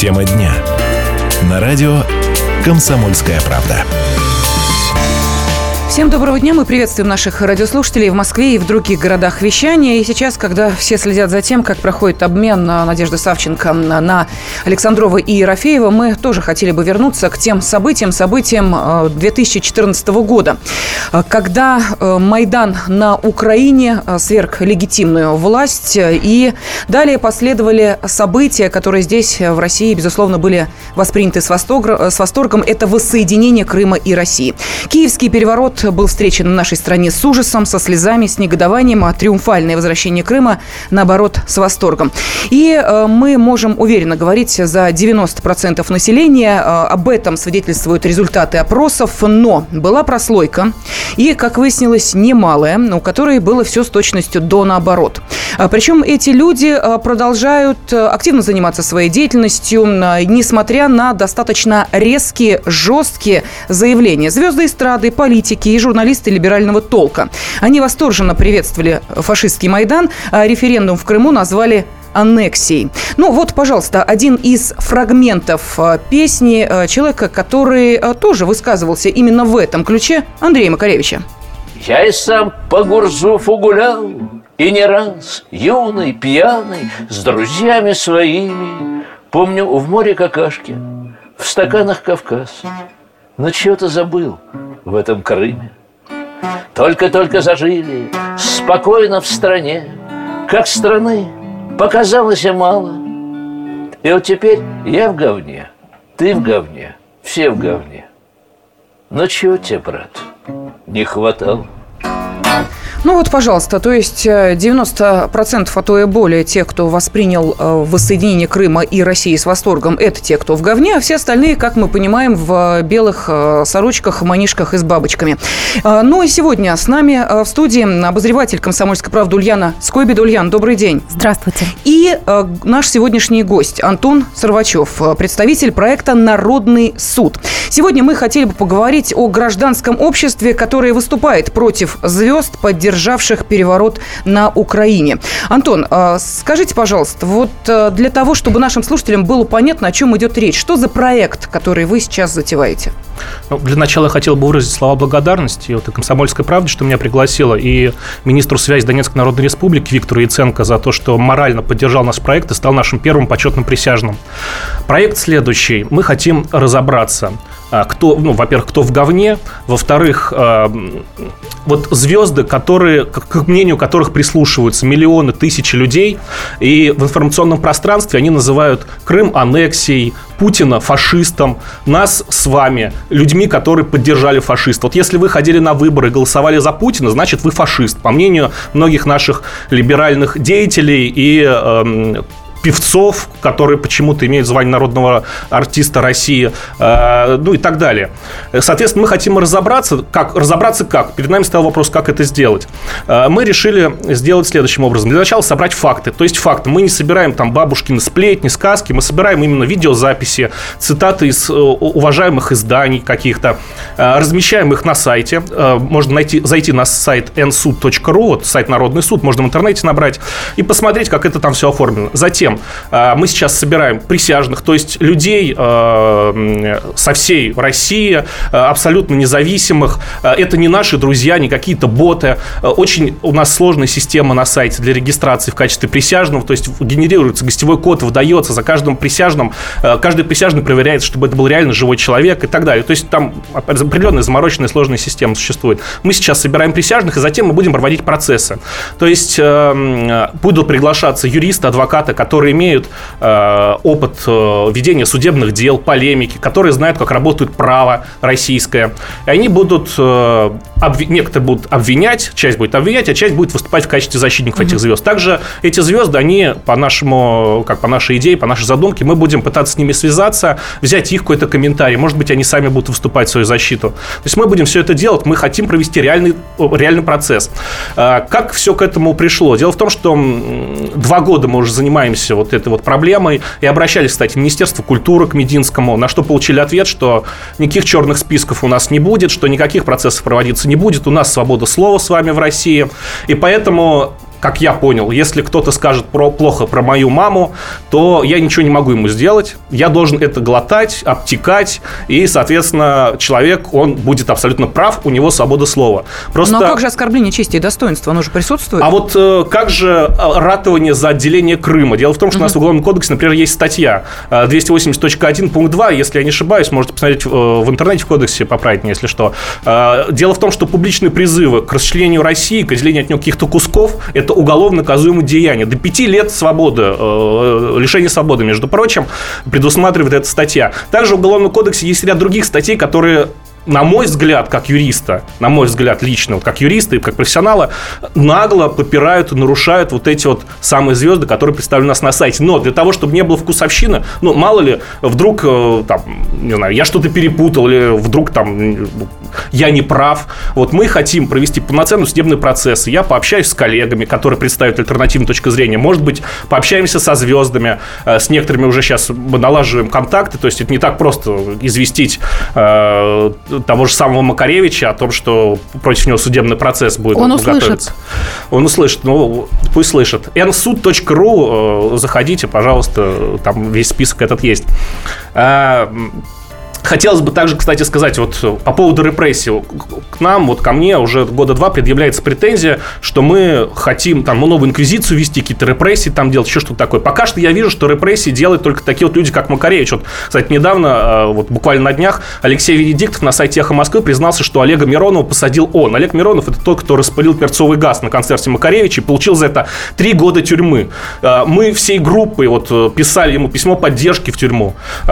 Тема дня. На радио «Комсомольская правда». Всем доброго дня. Мы приветствуем наших радиослушателей в Москве и в других городах вещания. И сейчас, когда все следят за тем, как проходит обмен Надежды Савченко на Александрова и Ерофеева, мы тоже хотели бы вернуться к тем событиям 2014 года, когда Майдан на Украине сверг легитимную власть. И далее последовали события, которые здесь, в России, безусловно, были восприняты с восторгом. Это воссоединение Крыма и России. Киевский переворот был встречен в нашей стране с ужасом, со слезами, с негодованием, а триумфальное возвращение Крыма, наоборот, с восторгом. И мы можем уверенно говорить за 90% населения. Об этом свидетельствуют результаты опросов. Но была прослойка, и, как выяснилось, немалая, у которой было все с точностью до наоборот. Причем эти люди продолжают активно заниматься своей деятельностью, несмотря на достаточно резкие, жесткие заявления. Звезды эстрады, политики и журналисты либерального толка. Они восторженно приветствовали фашистский Майдан, а референдум в Крыму назвали аннексией. Ну вот, пожалуйста, один из фрагментов песни человека, который тоже высказывался именно в этом ключе, Андрея Макаревича. Я и сам по Гурзуфу гулял, и не раз, юный, пьяный, с друзьями своими. Помню, в море какашки, в стаканах Кавказ. Но чего-то забыл в этом Крыме. Только-только зажили, спокойно в стране, как страны показалось и мало. И вот теперь я в говне, ты в говне, все в говне. Но чего тебе, брат, не хватало? Ну вот, пожалуйста, то есть 90%, а то и более тех, кто воспринял воссоединение Крыма и России с восторгом, это те, кто в говне, а все остальные, как мы понимаем, в белых сорочках, манишках и с бабочками. Ну и сегодня с нами в студии обозреватель «Комсомольской правды» Ульяна Скойбеда. Ульяна, добрый день. Здравствуйте. И наш сегодняшний гость Антон Сарвачев, представитель проекта «Народный суд». Сегодня мы хотели бы поговорить о гражданском обществе, которое выступает против звезд, поддержавших переворот на Украине. Антон, скажите, пожалуйста, вот для того, чтобы нашим слушателям было понятно, о чем идет речь, что за проект, который вы сейчас затеваете? Ну, для начала я хотел бы выразить слова благодарности и «Комсомольской правде», что меня пригласила, и министру связи Донецкой Народной Республики Виктору Яценко за то, что морально поддержал наш проект и стал нашим первым почетным присяжным. Проект следующий. Мы хотим разобраться, кто, во-первых, кто в говне, во-вторых, вот звезды, которые, к мнению которых прислушиваются миллионы, тысячи людей, и в информационном пространстве они называют Крым аннексией, Путина фашистом, нас с вами людьми, которые поддержали фашиста. Вот если вы ходили на выборы и голосовали за Путина, значит, вы фашист, по мнению многих наших либеральных деятелей и певцов, которые почему-то имеют звание народного артиста России, ну и так далее. Соответственно, мы хотим разобраться. Как? Перед нами стоял вопрос, как это сделать. Мы решили сделать следующим образом. Для начала собрать факты. То есть факты. Мы не собираем там бабушкины сплетни, сказки, мы собираем именно видеозаписи, цитаты из уважаемых изданий каких-то, размещаем их на сайте. Можно зайти на сайт nsud.ru, вот сайт Народный суд, можно в интернете набрать и посмотреть, как это там все оформлено. Затем мы сейчас собираем присяжных, то есть людей со всей России, абсолютно независимых. Это не наши друзья, не какие-то боты. Очень у нас сложная система на сайте для регистрации в качестве присяжного, то есть генерируется гостевой код, выдается за каждым присяжным. Каждый присяжный проверяется, чтобы это был реально живой человек и так далее. То есть там определенная замороченная сложная система существует. Мы сейчас собираем присяжных, и затем мы будем проводить процессы. То есть будут приглашаться юристы, адвокаты, которые имеют опыт ведения судебных дел, полемики, которые знают, как работает право российское. И они будут, некоторые будут обвинять, часть будет обвинять, а часть будет выступать в качестве защитников этих звезд. Также эти звезды, они по нашей идее, по нашей задумке, мы будем пытаться с ними связаться, взять их какой-то комментарий. Может быть, они сами будут выступать в свою защиту. То есть мы будем все это делать, мы хотим провести реальный процесс. Как все к этому пришло? Дело в том, что 2 года мы уже занимаемся вот этой вот проблемой и обращались, кстати, в Министерство культуры к Мединскому, на что получили ответ, что никаких черных списков у нас не будет, что никаких процессов проводиться не будет, у нас свобода слова с вами в России, и поэтому как я понял, если кто-то скажет плохо про мою маму, то я ничего не могу ему сделать. Я должен это глотать, обтекать, и, соответственно, человек, он будет абсолютно прав, у него свобода слова. Просто... Но как же оскорбление чести и достоинства? Оно же присутствует. А вот как же ратование за отделение Крыма? Дело в том, что у нас в Уголовном кодексе, например, есть статья 280.1 пункт 2, если я не ошибаюсь, можете посмотреть в интернете в кодексе, поправить меня, если что. Дело в том, что публичные призывы к расчленению России, к отделению от нее каких-то кусков, это уголовно наказуемое деяние. До 5 лет свободы, лишения свободы, между прочим, предусматривает эта статья. Также в Уголовном кодексе есть ряд других статей, которые, на мой взгляд, как юриста, на мой взгляд лично, вот как юриста и как профессионала, нагло попирают и нарушают вот эти вот самые звезды, которые представлены у нас на сайте. Но для того, чтобы не было вкусовщины, ну, мало ли, вдруг, там, не знаю, я что-то перепутал, или вдруг там я не прав. Вот мы хотим провести полноценный судебный процесс. Я пообщаюсь с коллегами, которые представят альтернативную точку зрения. Может быть, пообщаемся со звездами. С некоторыми уже сейчас мы налаживаем контакты. То есть это не так просто известить того же самого Макаревича о том, что против него судебный процесс будет готовиться. Он услышит. Ну, пусть слышит. nsud.ru, заходите, пожалуйста, там весь список этот есть. Хотелось бы также, кстати, сказать вот по поводу репрессий. К нам, вот ко мне уже года 2 предъявляется претензия, что мы хотим там новую инквизицию вести, какие-то репрессии там делать, еще что-то такое. Пока что я вижу, что репрессии делают только такие вот люди, как Макаревич. Вот, кстати, недавно, вот буквально на днях, Алексей Венедиктов на сайте «Эхо Москвы» признался, что Олега Миронова посадил он. Олег Миронов – это тот, кто распылил перцовый газ на концерте Макаревича и получил за это 3 года тюрьмы. Мы всей группой вот писали ему письмо поддержки в тюрьму.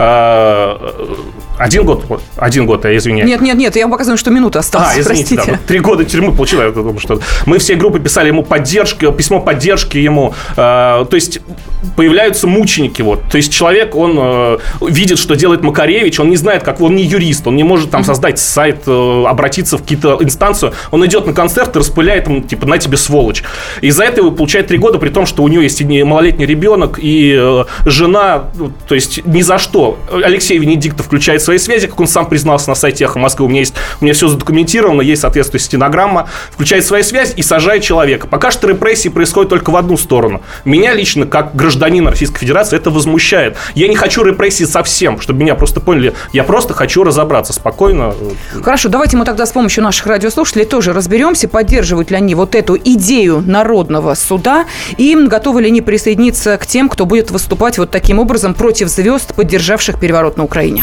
1 год, я извиняюсь. Нет, я вам показываю, что минута осталась. Извините, да, 3 года тюрьмы получил. Я думаю, что мы всей группой писали ему письмо поддержки ему. То есть появляются мученики. Вот. То есть человек, он видит, что делает Макаревич, он не знает, как он не юрист, он не может там создать сайт, обратиться в какие-то инстанцию. Он идет на концерт и распыляет ему, типа, на тебе сволочь. Из-за этого получает 3 года, при том, что у него есть и малолетний ребенок, и жена, то есть ни за что. Алексей Венедиктов включает свои связи, как он сам признался на сайте «Эхо Москвы». У меня все задокументировано, есть соответствующая стенограмма. Включает свои связи и сажает человека. Пока что репрессии происходят только в одну сторону. Меня лично, как гражданина Российской Федерации, это возмущает. Я не хочу репрессий совсем, чтобы меня просто поняли. Я просто хочу разобраться спокойно. Хорошо, давайте мы тогда с помощью наших радиослушателей тоже разберемся, поддерживают ли они вот эту идею народного суда и готовы ли они присоединиться к тем, кто будет выступать вот таким образом против звезд, поддержавших переворот на Украине.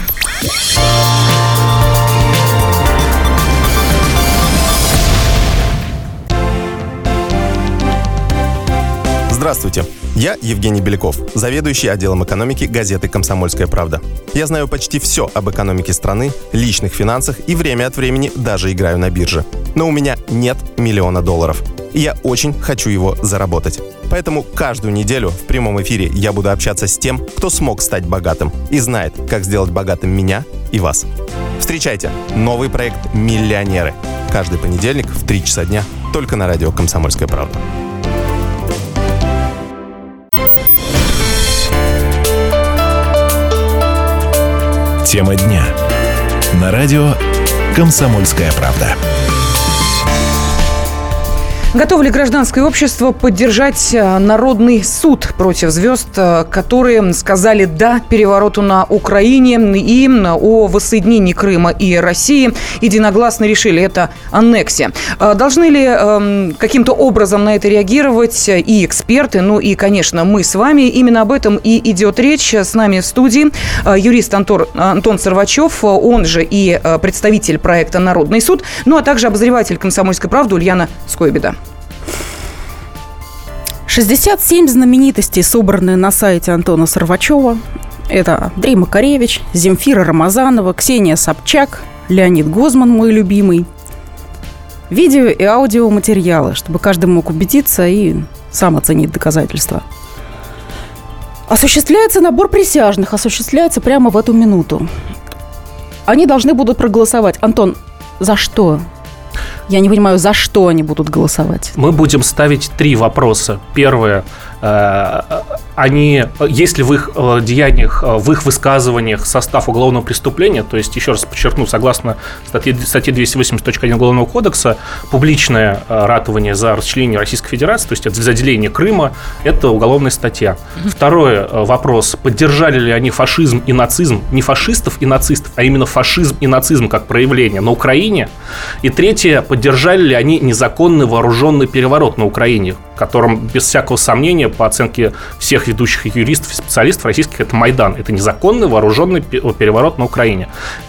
Здравствуйте, я Евгений Беляков, заведующий отделом экономики газеты «Комсомольская правда». Я знаю почти все об экономике страны, личных финансах и время от времени даже играю на бирже. Но у меня нет $1 миллиона. И я очень хочу его заработать. Поэтому каждую неделю в прямом эфире я буду общаться с тем, кто смог стать богатым и знает, как сделать богатым меня и вас. Встречайте новый проект «Миллионеры». Каждый понедельник в 3 часа дня только на радио «Комсомольская правда». Тема дня. На радио «Комсомольская правда». Готово ли гражданское общество поддержать народный суд против звезд, которые сказали «да» перевороту на Украине и о воссоединении Крыма и России единогласно решили это аннексия? Должны ли каким-то образом на это реагировать и эксперты, ну и, конечно, мы с вами? Именно об этом и идет речь. С нами в студии юрист Антон Сарвачев, он же и представитель проекта «Народный суд», ну а также обозреватель «Комсомольской правды» Ульяна Скойбеда. 67 знаменитостей, собранные на сайте Антона Сарвачева. Это Андрей Макаревич, Земфира Рамазанова, Ксения Собчак, Леонид Гозман, мой любимый. Видео и аудиоматериалы, чтобы каждый мог убедиться и сам оценить доказательства. Осуществляется набор присяжных, осуществляется прямо в эту минуту. Они должны будут проголосовать. Антон, за что? Я не понимаю, за что они будут голосовать. Мы будем ставить 3 вопроса. Первое. есть ли в их деяниях, в их высказываниях состав уголовного преступления, то есть, еще раз подчеркну, согласно статье 280.1 Уголовного кодекса, публичное ратование за расчленение Российской Федерации, то есть это за деление Крыма, это уголовная статья. Второй вопрос, поддержали ли они фашизм и нацизм, не фашистов и нацистов, а именно фашизм и нацизм как проявление на Украине. И третье, поддержали ли они незаконный вооруженный переворот на Украине, в котором, без всякого сомнения, по оценке всех ведущих юристов и специалистов российских, это Майдан. Это незаконный вооруженный переворот на Украине.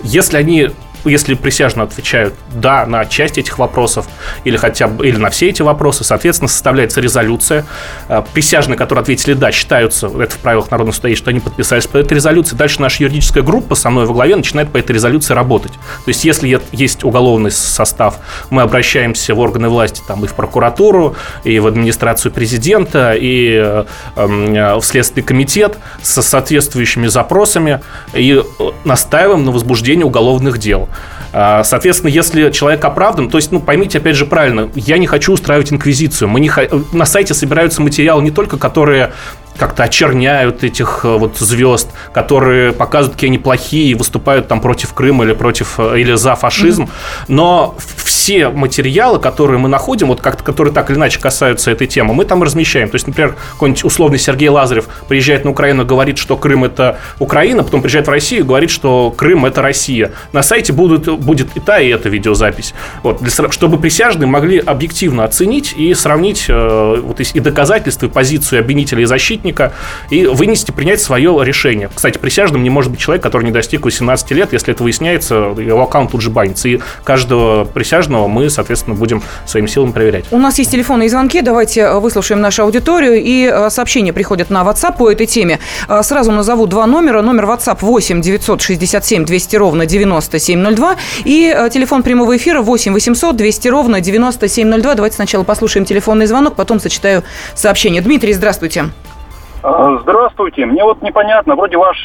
Если присяжные отвечают «да» на часть этих вопросов или на все эти вопросы, соответственно, составляется резолюция. Присяжные, которые ответили «да», считаются, это в правилах Народного суда есть, что они подписались под этой резолюцией. Дальше наша юридическая группа со мной во главе начинает по этой резолюции работать. То есть, если есть уголовный состав, мы обращаемся в органы власти, там, и в прокуратуру, и в администрацию президента, и в Следственный комитет со соответствующими запросами и настаиваем на возбуждении уголовных дел. Соответственно, если человек оправдан, то есть, поймите, опять же, правильно, я не хочу устраивать инквизицию. На сайте собираются материалы не только, которые как-то очерняют этих вот звезд, которые показывают, какие они плохие и выступают там против Крыма или за фашизм, но все материалы, которые мы находим, вот которые так или иначе касаются этой темы, мы там размещаем. То есть, например, какой-нибудь условный Сергей Лазарев приезжает на Украину, говорит, что Крым – это Украина, потом приезжает в Россию и говорит, что Крым – это Россия. На сайте будет и эта видеозапись. Вот, чтобы присяжные могли объективно оценить и сравнить и доказательства, и позицию обвинителя и защитника, и принять свое решение. Кстати, присяжным не может быть человек, который не достиг 18 лет. Если это выясняется, его аккаунт тут же банится. И каждого присяжного мы, соответственно, будем своими силами проверять. У нас есть телефонные звонки. Давайте выслушаем нашу аудиторию. И сообщения приходят на WhatsApp по этой теме. Сразу назову два номера. Номер WhatsApp 8 967 200 ровно 9702. И телефон прямого эфира 8 800 200 ровно 9702. Давайте сначала послушаем телефонный звонок, потом сочетаю сообщение. Дмитрий, здравствуйте. Здравствуйте. Мне вот непонятно, вроде ваш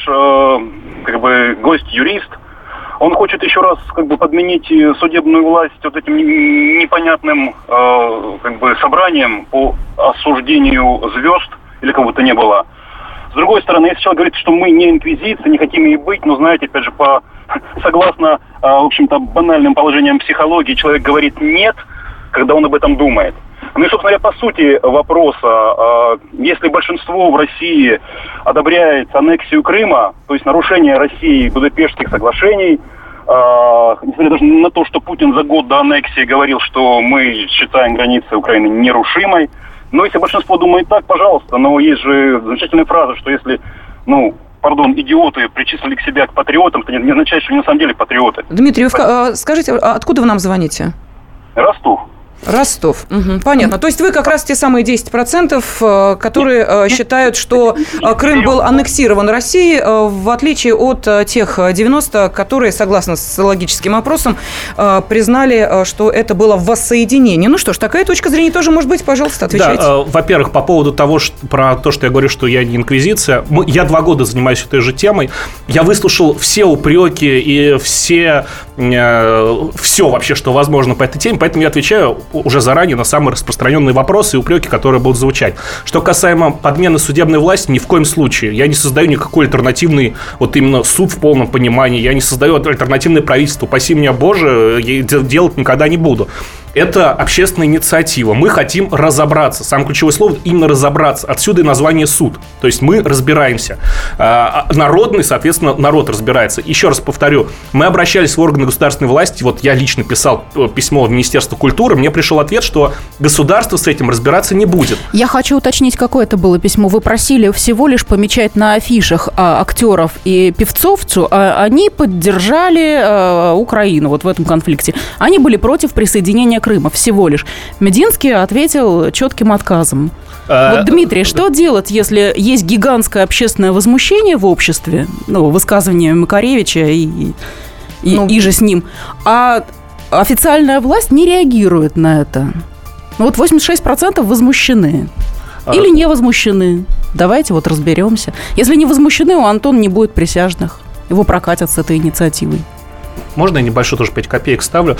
гость-юрист, он хочет еще раз подменить судебную власть вот этим непонятным собранием по осуждению звезд, или как будто не было. С другой стороны, если человек говорит, что мы не инквизиция, не хотим ей быть, но знаете, опять же, согласно, в общем-то, банальным положениям психологии, человек говорит «нет», когда он об этом думает. Ну и, собственно говоря, по сути вопроса, если большинство в России одобряет аннексию Крыма, то есть нарушение России Будапештских соглашений, несмотря даже на то, что Путин за год до аннексии говорил, что мы считаем границы Украины нерушимой, но если большинство думает так, пожалуйста, но есть же замечательная фраза, что если, идиоты причислили к себя к патриотам, то не означает, что они на самом деле патриоты. Дмитрий, скажите, откуда вы нам звоните? Ростов. Угу, понятно. То есть вы как раз те самые 10%, которые считают, что Крым был аннексирован Россией, в отличие от тех 90%, которые, согласно социологическим опросам, признали, что это было воссоединение. Ну что ж, такая точка зрения тоже может быть. Пожалуйста, отвечайте. Да, во-первых, по поводу про то, что я говорю, что я не инквизиция. Я 2 года занимаюсь этой же темой. Я выслушал все упреки и все вообще, что возможно по этой теме, поэтому я отвечаю уже заранее на самые распространенные вопросы и упреки, которые будут звучать. Что касаемо подмены судебной власти, ни в коем случае. Я не создаю никакой альтернативный, именно суд в полном понимании. Я не создаю альтернативное правительство. Упаси меня, Боже, я делать никогда не буду. Это общественная инициатива. Мы хотим разобраться. Самое ключевое слово – именно разобраться. Отсюда и название «суд». То есть мы разбираемся. Народный, соответственно, народ разбирается. Еще раз повторю, мы обращались в органы государственной власти. Вот я лично писал письмо в Министерство культуры. Мне пришел ответ, что государство с этим разбираться не будет. Я хочу уточнить, какое это было письмо. Вы просили всего лишь помечать на афишах актеров и певцов, они поддержали Украину вот в этом конфликте. Они были против присоединения Крыма всего лишь. Мединский ответил четким отказом. Вот, Дмитрий, что делать, если есть гигантское общественное возмущение в обществе, высказывание Макаревича и же с ним, а официальная власть не реагирует на это? 86% возмущены. Или не возмущены. Давайте разберемся. Если не возмущены, у Антона не будет присяжных. Его прокатят с этой инициативой. можно я небольшой тоже 5 копеек ставлю?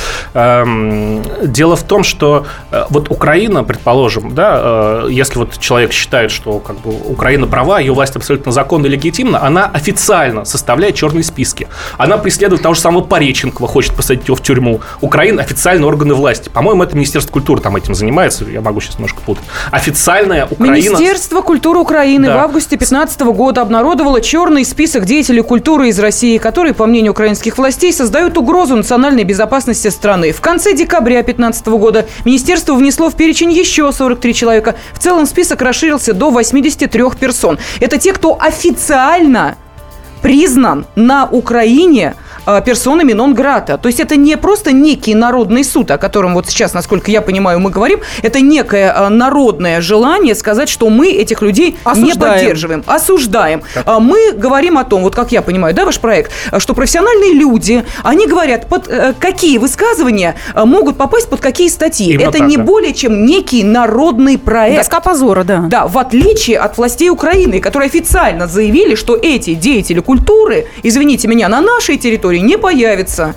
Дело в том, что вот Украина, предположим, да, если вот человек считает, что как бы Украина права, ее власть абсолютно законна и легитимна, она официально составляет черные списки. Она преследует того же самого Пореченкова, хочет посадить его в тюрьму. Украина официальные органы власти. По-моему, это Министерство культуры там этим занимается, я могу сейчас немножко путать. Официальная Украина... Министерство культуры Украины в августе 2015 года обнародовало черный список деятелей культуры из России, которые, по мнению украинских властей, создают угрозу национальной безопасности страны. В конце декабря 2015 года министерство внесло в перечень еще 43 человека. В целом список расширился до 83 персон. Это те, кто официально признан на Украине персонами нон-грата. То есть это не просто некий народный суд, о котором вот сейчас, насколько я понимаю, мы говорим. Это некое народное желание сказать, что мы этих людей не поддерживаем, осуждаем. Мы говорим о том, вот как я понимаю, да, ваш проект, что профессиональные люди, они говорят, под какие высказывания могут попасть под какие статьи. Именно это так, не более чем некий народный проект. Доска позора, да. Да, в отличие от властей Украины, которые официально заявили, что эти деятели культуры, извините меня, на нашей территории не появится.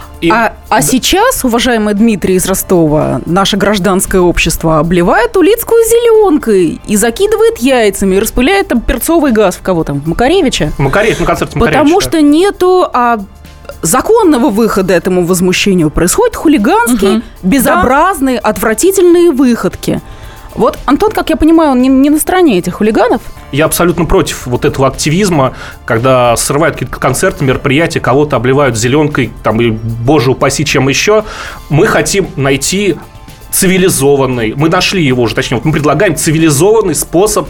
А сейчас, уважаемый Дмитрий из Ростова, наше гражданское общество обливает Улицкую зеленкой и закидывает яйцами, и распыляет там перцовый газ в кого там? В Макаревича? На концерте Макаревича. Потому что нету законного выхода этому возмущению. Происходят хулиганские, безобразные, отвратительные выходки. Вот Антон, как я понимаю, он не на стороне этих хулиганов? Я абсолютно против вот этого активизма, когда срывают какие-то концерты, мероприятия, кого-то обливают зеленкой, там, и, боже упаси, чем еще. Мы хотим найти цивилизованный, мы нашли его уже, точнее, мы предлагаем цивилизованный способ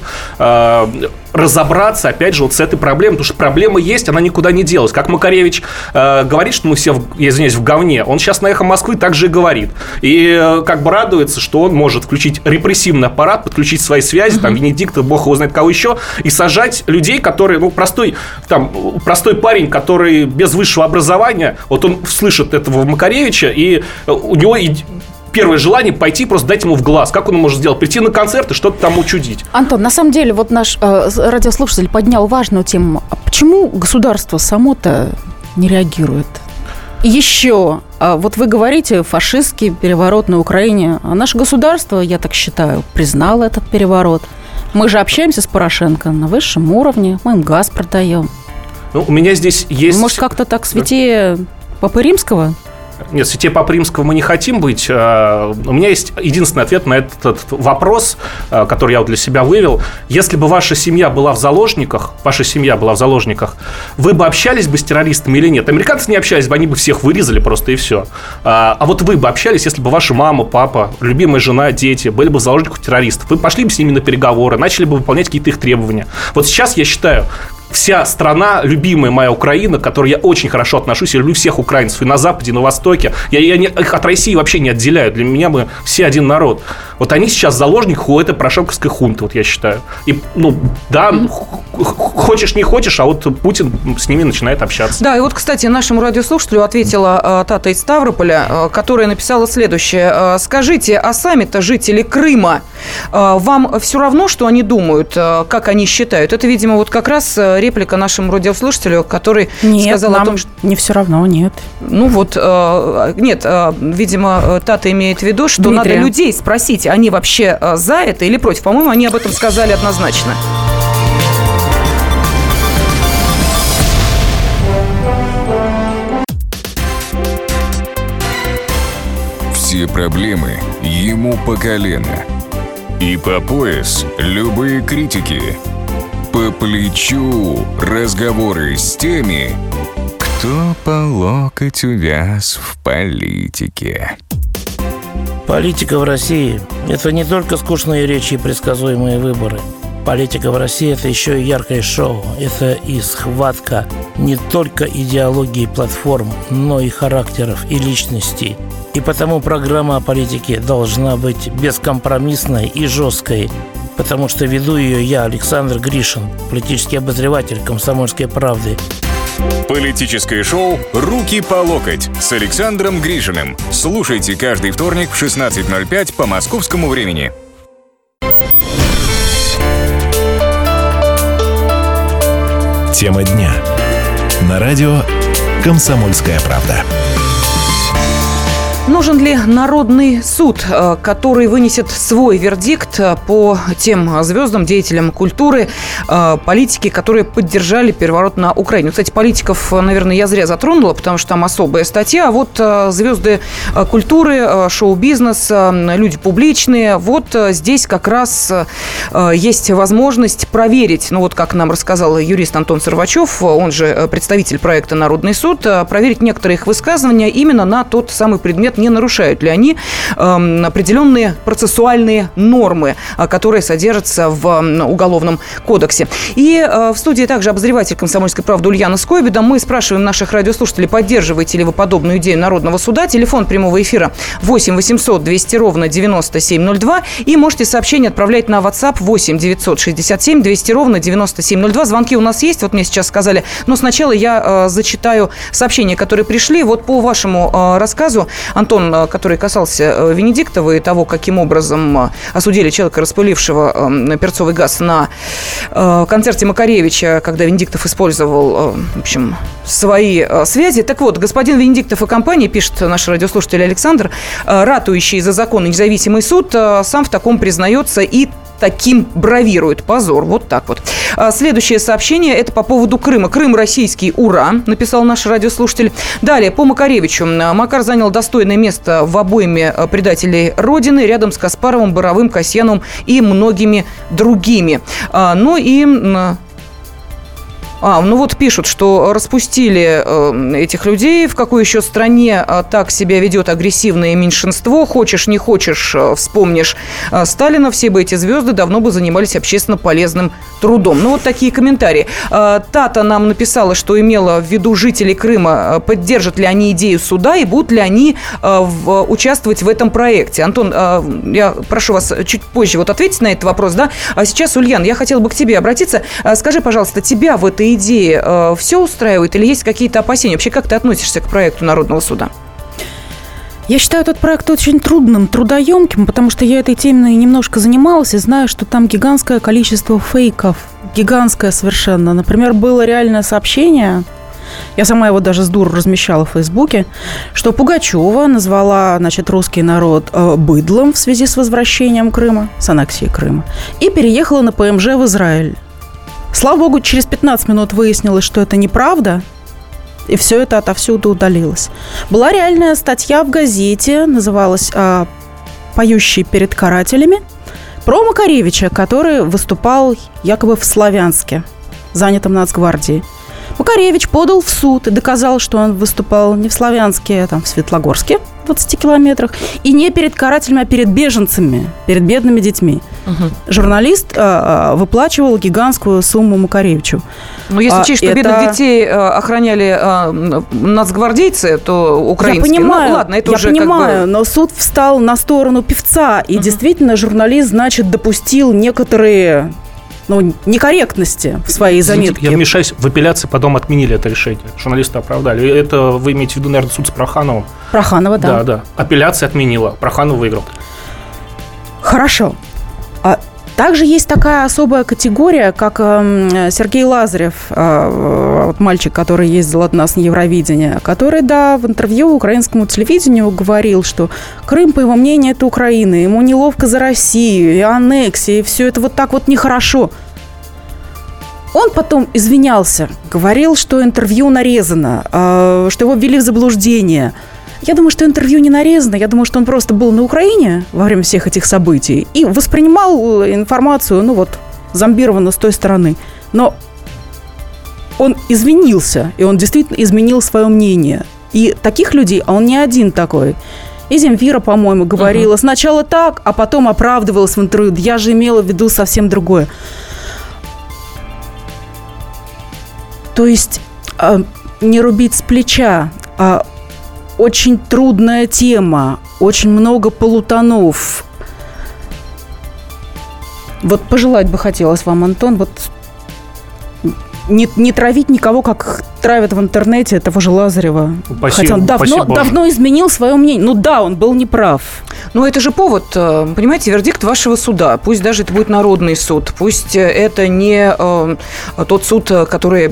разобраться, опять же, вот с этой проблемой, потому что проблема есть, она никуда не делась. Как Макаревич говорит, что мы все, я извиняюсь, в говне, он сейчас на «Эхо Москвы так же и говорит. И как бы радуется, что он может включить репрессивный аппарат, подключить свои связи, там, Венедиктов, бог его знает кого еще, и сажать людей, которые, простой парень, который без высшего образования, вот он слышит этого Макаревича, и у него первое желание пойти просто дать ему в глаз. Как он может сделать? Прийти на концерт и что-то там учудить. Антон, на самом деле, вот наш радиослушатель поднял важную тему. А почему государство само-то не реагирует? Еще, вот вы говорите, фашистский переворот на Украине. А наше государство, я так считаю, признало этот переворот. Мы же общаемся с Порошенко на высшем уровне. Мы им газ продаем. У меня здесь есть... Может, как-то так святее Папы Римского? Нет, святее Папы Римского мы не хотим быть. У меня есть единственный ответ на этот вопрос, который я вот для себя вывел. Если бы ваша семья была в заложниках, вы бы общались бы с террористами или нет? Американцы не общались бы, они бы всех вырезали просто и все. А вот вы бы общались, если бы ваша мама, папа, любимая жена, дети были бы в заложниках террористов. Вы пошли бы с ними на переговоры, начали бы выполнять какие-то их требования. Вот сейчас, я считаю, вся страна, любимая моя Украина, к которой я очень хорошо отношусь, я люблю всех украинцев и на Западе, и на Востоке. Я их от России вообще не отделяю. Для меня мы все один народ. Вот они сейчас в заложниках у этой порошенковской хунты, вот я считаю. И, хочешь не хочешь, а вот Путин с ними начинает общаться. Да, и вот, кстати, нашему радиослушателю ответила Тата из Ставрополя, которая написала следующее. Скажите, а сами-то жители Крыма, вам все равно, что они думают, как они считают? Это, видимо, вот как раз реплика нашему радиослушателю, который сказал о том, что... не все равно, нет. Видимо, Тата имеет в виду, что Дмитрия, надо людей спросить, они вообще за это или против. По-моему, они об этом сказали однозначно. Все проблемы ему по колено. И по пояс любые критики. По плечу разговоры с теми, кто по локоть увяз в политике. Политика в России – это не только скучные речи и предсказуемые выборы. Политика в России – это еще и яркое шоу. Это и схватка не только идеологии платформ, но и характеров и личностей. И потому программа о политике должна быть бескомпромиссной и жесткой. Потому что веду ее я, Александр Гришин, политический обозреватель «Комсомольской правды». Политическое шоу «Руки по локоть» с Александром Гришиным. Слушайте каждый вторник в 16:05 по московскому времени. Тема дня. На радио «Комсомольская правда». Нужен ли народный суд, который вынесет свой вердикт по тем звездам, деятелям культуры, политики, которые поддержали переворот на Украине? Кстати, политиков, наверное, я зря затронула, потому что там особая статья. А вот звезды культуры, шоу-бизнес, люди публичные. Вот здесь как раз есть возможность проверить, ну вот как нам рассказал юрист Антон Сорвачев, он же представитель проекта «Народный суд», проверить некоторые их высказывания именно на тот самый предмет, не нарушают ли они определенные процессуальные нормы, которые содержатся в Уголовном кодексе. И в студии также обозреватель «Комсомольской правды» Ульяна Скойбеда. Мы спрашиваем наших радиослушателей, поддерживаете ли вы подобную идею народного суда. Телефон прямого эфира 8 800 200 ровно 9702. И можете сообщение отправлять на WhatsApp 8 967 200 ровно 9702. Звонки у нас есть, вот мне сейчас сказали. Но сначала я зачитаю сообщения, которые пришли. Вот по вашему рассказу, Антон, который касался Венедиктова и того, каким образом осудили человека, распылившего перцовый газ на концерте Макаревича, когда Венедиктов использовал, в общем, свои связи. Так вот, господин Венедиктов и компания, пишет наш радиослушатель Александр, ратующий за закон и независимый суд, сам в таком признается и таким бравирует. Позор. Вот так вот. Следующее сообщение, это по поводу Крыма. Крым российский, ура, написал наш радиослушатель. Далее, по Макаревичу. Макар занял достойное место в обойме предателей Родины, рядом с Каспаровым, Боровым, Касьяновым и многими другими. Ну и... ну вот пишут, что распустили этих людей. В какой еще стране так себя ведет агрессивное меньшинство? Хочешь, не хочешь, вспомнишь Сталина. Все бы эти звезды давно бы занимались общественно полезным трудом. Ну вот такие комментарии. Тата нам написала, что имела в виду жители Крыма. Поддержат ли они идею суда и будут ли они участвовать в этом проекте? Антон, я прошу вас чуть позже вот ответить на этот вопрос, да? А сейчас, Ульян, я хотела бы к тебе обратиться. Скажи, пожалуйста, тебя в этой идеи все устраивает или есть какие-то опасения? Вообще, как ты относишься к проекту Народного суда? Я считаю этот проект очень трудным, трудоемким, потому что я этой темой немножко занималась и знаю, что там гигантское количество фейков. Гигантское совершенно. Например, было реальное сообщение, я сама его даже с дуру размещала в Фейсбуке, что Пугачева назвала, значит, русский народ быдлом в связи с возвращением Крыма, с аннексией Крыма, и переехала на ПМЖ в Израиль. Слава богу, через 15 минут выяснилось, что это неправда, и все это отовсюду удалилось. Была реальная статья в газете, называлась «Поющий перед карателями», про Макаревича, который выступал якобы в Славянске, занятом Нацгвардией. Макаревич подал в суд и доказал, что он выступал не в Славянске, а там в Светлогорске, в 20 километрах, и не перед карателями, а перед беженцами, перед бедными детьми. Угу. Журналист выплачивал гигантскую сумму Макаревичу. Но если учесть, что бедных детей охраняли нацгвардейцы, то украинские... Я понимаю, ладно, это уже понимаю, но суд встал на сторону певца, и действительно журналист, значит, допустил некоторые... некорректности в своей заметке. Я вмешаюсь, в апелляции потом отменили это решение. Журналисты оправдали. Это вы имеете в виду, наверное, суд с Прохановым? Проханова, да. Да. Апелляция отменила. Проханов выиграл. Хорошо. Также есть такая особая категория, как Сергей Лазарев, мальчик, который ездил от нас на Евровидение, который, да, в интервью украинскому телевидению говорил, что Крым, по его мнению, это Украина, ему неловко за Россию, и аннексия, и все это вот так вот нехорошо. Он потом извинялся, говорил, что интервью нарезано, что его ввели в заблуждение. Я думаю, что интервью не нарезано. Я думаю, что он просто был на Украине во время всех этих событий и воспринимал информацию, зомбированно с той стороны. Но он извинился, и он действительно изменил свое мнение. И таких людей, а он не один такой. И Земфира, по-моему, говорила сначала так, а потом оправдывалась в интервью. Я же имела в виду совсем другое. То есть не рубить с плеча, очень трудная тема, очень много полутонов. Вот пожелать бы хотелось вам, Антон, не травить никого, как травят в интернете этого же Лазарева. Спасибо, хотя он давно изменил свое мнение. Он был неправ. Но это же повод, понимаете, вердикт вашего суда. Пусть даже это будет народный суд, пусть это не тот суд, который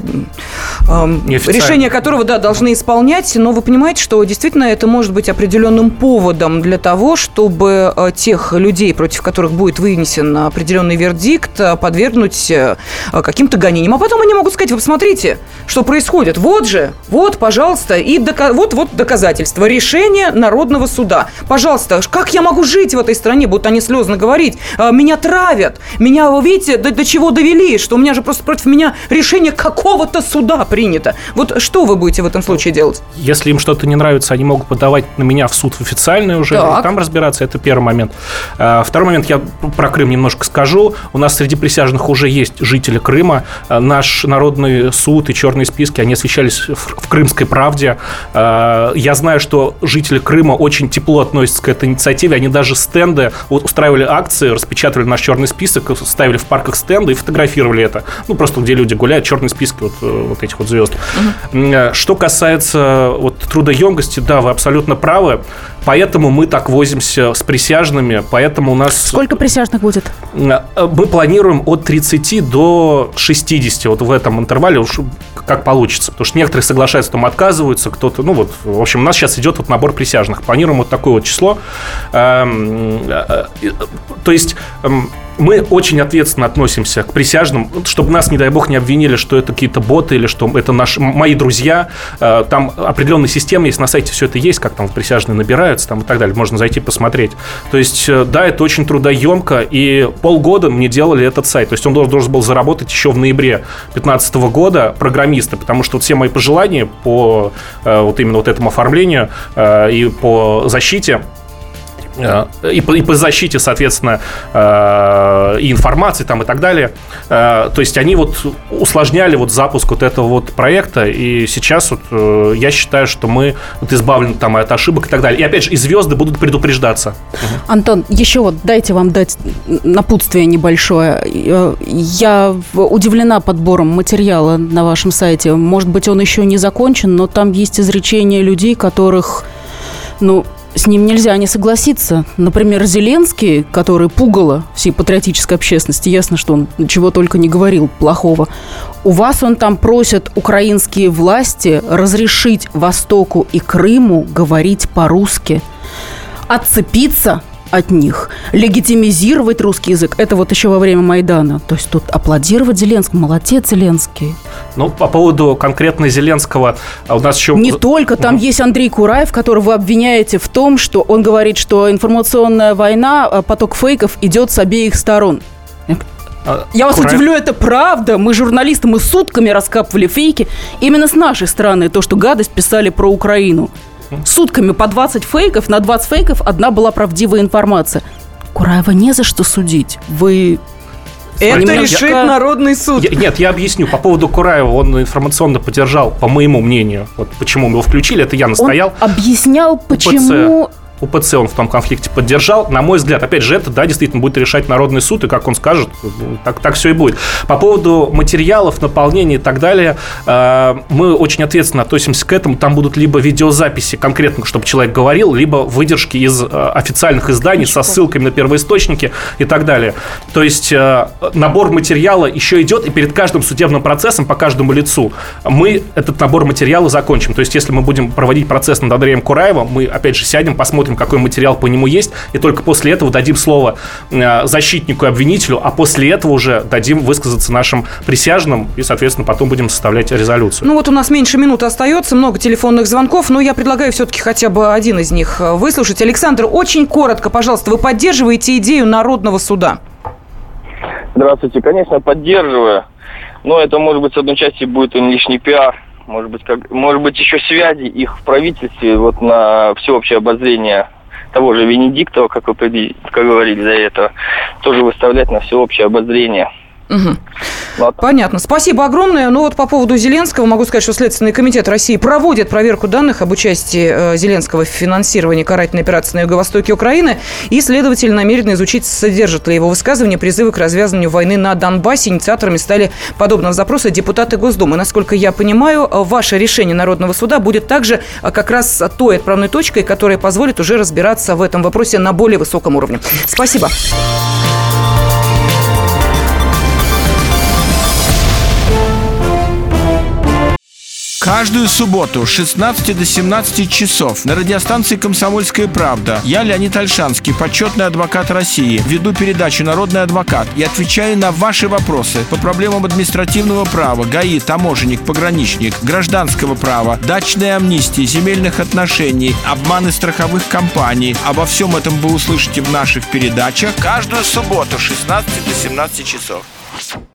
решение которого, да, должны исполнять, но вы понимаете, что действительно это может быть определенным поводом для того, чтобы тех людей, против которых будет вынесен определенный вердикт, подвергнуть каким-то гонениям. А потом они могут сказать: вы посмотрите, что происходит. Вот же, вот, пожалуйста, и вот доказательства. Решение народного суда. Пожалуйста, как я могу жить в этой стране, будут они слезно говорить. Меня травят. Меня, вы видите, до чего довели, что у меня же просто против меня решение какого-то суда принято. Вот что вы будете в этом случае делать? Если им что-то не нравится, они могут подавать на меня в суд официальный уже, и там разбираться. Это первый момент. Второй момент, я про Крым немножко скажу. У нас среди присяжных уже есть жители Крыма. Наш народный суд и черные списки, они освещались в «Крымской правде». Я знаю, что жители Крыма очень тепло относятся к этой инициативе. Они даже стенды, устраивали акции, распечатывали наш черный список, ставили в парках стенды и фотографировали это. Ну, просто где люди гуляют, черные списки вот этих вот звезд. Что касается вот трудоемкости, да, вы абсолютно правы. Поэтому мы так возимся с присяжными, поэтому у нас... Сколько присяжных будет? Мы планируем от 30 до 60, вот в этом интервале, уж как получится. Потому что некоторые соглашаются, там отказываются, кто-то... Ну вот, в общем, у нас сейчас идет вот набор присяжных. Планируем вот такое вот число. То есть... Мы очень ответственно относимся к присяжным, чтобы нас, не дай бог, не обвинили, что это какие-то боты или что это мои друзья. Там определенная система есть, на сайте все это есть, как там присяжные набираются там, и так далее. Можно зайти посмотреть. То есть, да, это очень трудоемко, и полгода мне делали этот сайт. То есть он должен был заработать еще в ноябре 2015 года программисты, потому что вот все мои пожелания по вот именно вот этому оформлению и по защите, и по защите, соответственно, и информации там и так далее. То есть они вот усложняли вот запуск вот этого вот проекта, и сейчас вот я считаю, что мы вот избавлены там от ошибок и так далее. И опять же, и звезды будут предупреждаться. Антон, еще вот дайте вам дать напутствие небольшое. Я удивлена подбором материала на вашем сайте. Может быть, он еще не закончен, но там есть изречения людей, которых, с ним нельзя не согласиться. Например, Зеленский, который пугало всей патриотической общественности, ясно, что он чего только не говорил плохого. У вас он там просит украинские власти разрешить Востоку и Крыму говорить по-русски, отцепиться от них, легитимизировать русский язык. Это вот еще во время Майдана. То есть тут аплодировать Зеленскому. Молодец, Зеленский. Ну, по поводу конкретно Зеленского, у нас еще... Не только. Там есть Андрей Кураев, которого вы обвиняете в том, что он говорит, что информационная война, поток фейков идет с обеих сторон. Я вас удивлю, это правда. Мы, журналисты, мы сутками раскапывали фейки именно с нашей стороны. То, что гадость писали про Украину. Сутками по 20 фейков, на 20 фейков одна была правдивая информация. Кураева не за что судить. Вы... Это решит народный суд. Нет, я объясню. По поводу Кураева, он информационно поддержал, по моему мнению, вот почему мы его включили, это я настоял. Он объяснял, почему... УПЦ он в том конфликте поддержал. На мой взгляд, опять же, это, да, действительно будет решать народный суд, и как он скажет, так все и будет. По поводу материалов, наполнения и так далее, мы очень ответственно относимся к этому. Там будут либо видеозаписи конкретно, чтобы человек говорил, либо выдержки из официальных изданий со ссылками на первоисточники и так далее. То есть набор материала еще идет, и перед каждым судебным процессом по каждому лицу мы этот набор материала закончим. То есть если мы будем проводить процесс над Андреем Кураевым, мы опять же сядем, посмотрим, какой материал по нему есть, и только после этого дадим слово защитнику и обвинителю, а после этого уже дадим высказаться нашим присяжным, и, соответственно, потом будем составлять резолюцию. Ну вот у нас меньше минуты остается, много телефонных звонков, но я предлагаю все-таки хотя бы один из них выслушать. Александр, очень коротко, пожалуйста, вы поддерживаете идею народного суда? Здравствуйте, конечно, поддерживаю, но это, может быть, с одной части будет им лишний пиар. Может быть, еще связи их в правительстве вот на всеобщее обозрение того же Венедиктова, как вы говорили до этого, тоже выставлять на всеобщее обозрение. Угу. Понятно. Спасибо огромное. Ну вот по поводу Зеленского могу сказать, что Следственный комитет России проводит проверку данных об участии Зеленского в финансировании карательной операции на юго-востоке Украины и, следовательно, намерен изучить, содержат ли его высказывания призывы к развязыванию войны на Донбассе. Инициаторами стали подобного запроса депутаты Госдумы. Насколько я понимаю, ваше решение Народного суда будет также как раз той отправной точкой, которая позволит уже разбираться в этом вопросе на более высоком уровне. Спасибо. Каждую субботу с 16 до 17 часов на радиостанции «Комсомольская правда» я, Леонид Ольшанский, почетный адвокат России, веду передачу «Народный адвокат» и отвечаю на ваши вопросы по проблемам административного права, ГАИ, таможенник, пограничник, гражданского права, дачной амнистии, земельных отношений, обманы страховых компаний. Обо всем этом вы услышите в наших передачах каждую субботу с 16 до 17 часов.